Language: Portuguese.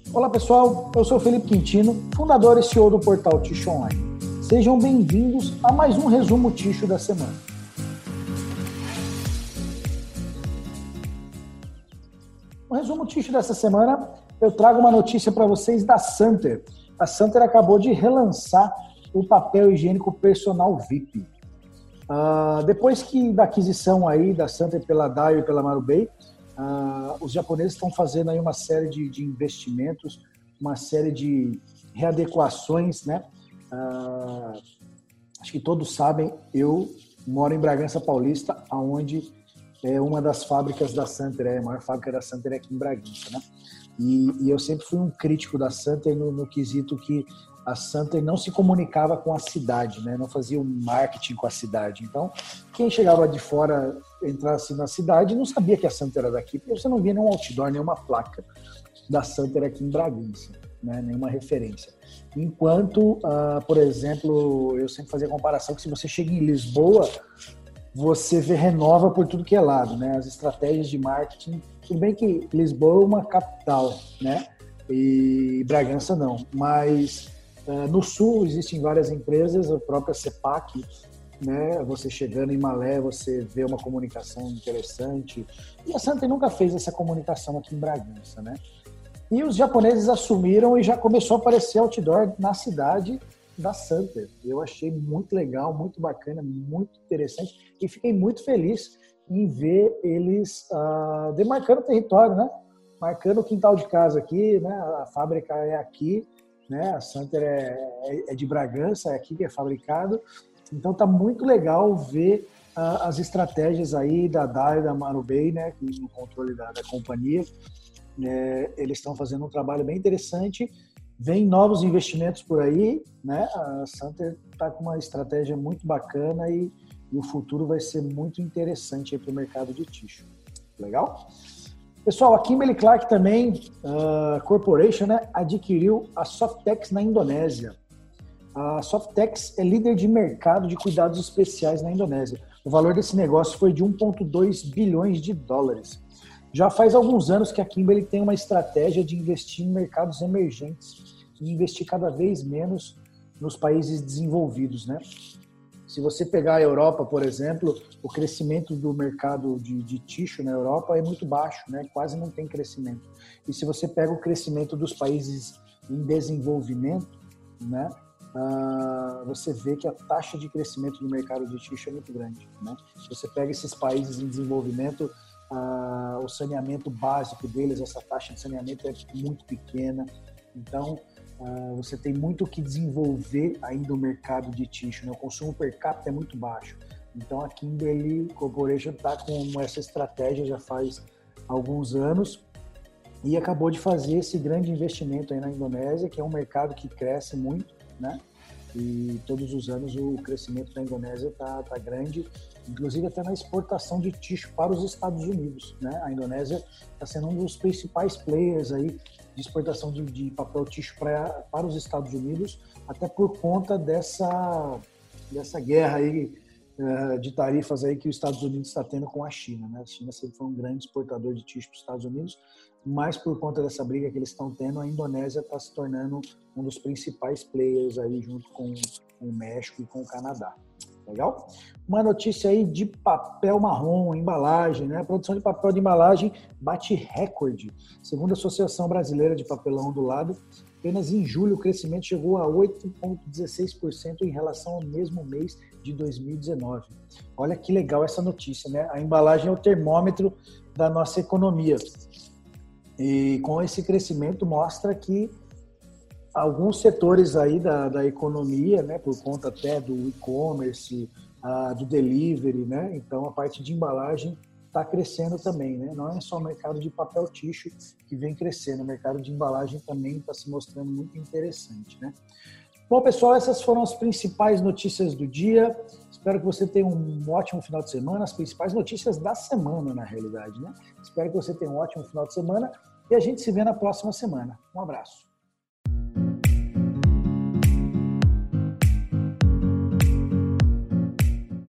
Olá pessoal, eu sou Felipe Quintino, fundador e CEO do portal Ticho Online. Sejam bem-vindos a mais um resumo Ticho da semana. No resumo Ticho dessa semana, eu trago uma notícia para vocês da Santer. A Santer acabou de relançar o papel higiênico personal VIP. Depois da aquisição aí da Santer pela Daio e pela Marubeni, os japoneses estão fazendo aí uma série de investimentos, uma série de readequações, né? Acho que todos sabem, eu moro em Bragança Paulista, onde é uma das fábricas da Santer, a maior fábrica da Santer é aqui em Bragança, né? E eu sempre fui um crítico da Santer no quesito que a Santer não se comunicava com a cidade, né? Não fazia um marketing com a cidade. Então, quem chegava de fora, entrasse na cidade, não sabia que a Santer era daqui, porque você não via nenhum outdoor, nenhuma placa da Santer aqui em Bragança, né? Nenhuma referência. Enquanto, por exemplo, eu sempre fazia a comparação que se você chega em Lisboa, você vê Renova por tudo que é lado, né? As estratégias de marketing, tudo bem que Lisboa é uma capital, né? E Bragança não, mas no sul existem várias empresas, a própria CEPAC, né? Você chegando em Malé, você vê uma comunicação interessante. E a Santer nunca fez essa comunicação aqui em Bragança, né? E os japoneses assumiram e já começou a aparecer outdoor na cidade da Santer. Eu achei muito legal, muito bacana, muito interessante e fiquei muito feliz em ver eles demarcando o território, né? Marcando o quintal de casa aqui, né? A fábrica é aqui, né? A Santer é de Bragança, é aqui que é fabricado. Então tá muito legal ver as estratégias aí da Daio, da Marubeni, né? No controle da companhia. Eles estão fazendo um trabalho bem interessante. Vem novos investimentos por aí, né? A Santer está com uma estratégia muito bacana e o futuro vai ser muito interessante para o mercado de tixo. Legal? Pessoal, a Kimberly-Clark também, Corporation, né, adquiriu a Softex na Indonésia. A Softex é líder de mercado de cuidados especiais na Indonésia. O valor desse negócio foi de 1,2 bilhões de dólares. Já faz alguns anos que a Kimberly tem uma estratégia de investir em mercados emergentes e investir cada vez menos nos países desenvolvidos, né? Se você pegar a Europa, por exemplo, o crescimento do mercado de tixo na Europa é muito baixo, né? Quase não tem crescimento. E se você pega o crescimento dos países em desenvolvimento, né? Você vê que a taxa de crescimento do mercado de tixo é muito grande, né? Se você pega esses países em desenvolvimento, o saneamento básico deles, essa taxa de saneamento é muito pequena. Então, você tem muito o que desenvolver ainda o mercado de tixo, né? O consumo per capita é muito baixo. Então, a Kimberly Corporation está com essa estratégia já faz alguns anos e acabou de fazer esse grande investimento aí na Indonésia, que é um mercado que cresce muito, né? E todos os anos o crescimento da Indonésia está grande, inclusive até na exportação de tixo para os Estados Unidos, né? A Indonésia está sendo um dos principais players aí de exportação de papel tixo para os Estados Unidos, até por conta dessa guerra aí de tarifas aí que os Estados Unidos está tendo com a China, né? A China sempre foi um grande exportador de tixo para os Estados Unidos, mas por conta dessa briga que eles estão tendo, a Indonésia está se tornando um dos principais players aí junto com o México e com o Canadá. Legal? Uma notícia aí de papel marrom, embalagem, né? A produção de papel de embalagem bate recorde. Segundo a Associação Brasileira de Papelão Ondulado, apenas em julho o crescimento chegou a 8,16% em relação ao mesmo mês de 2019. Olha que legal essa notícia, né? A embalagem é o termômetro da nossa economia. E com esse crescimento mostra que alguns setores aí da economia, né, por conta até do e-commerce, do delivery, né, então a parte de embalagem está crescendo também, né, não é só o mercado de papel tixo que vem crescendo, o mercado de embalagem também está se mostrando muito interessante, né. Bom, pessoal, essas foram as principais notícias do dia. Espero que você tenha um ótimo final de semana, as principais notícias da semana, na realidade, né? Espero que você tenha um ótimo final de semana e a gente se vê na próxima semana. Um abraço.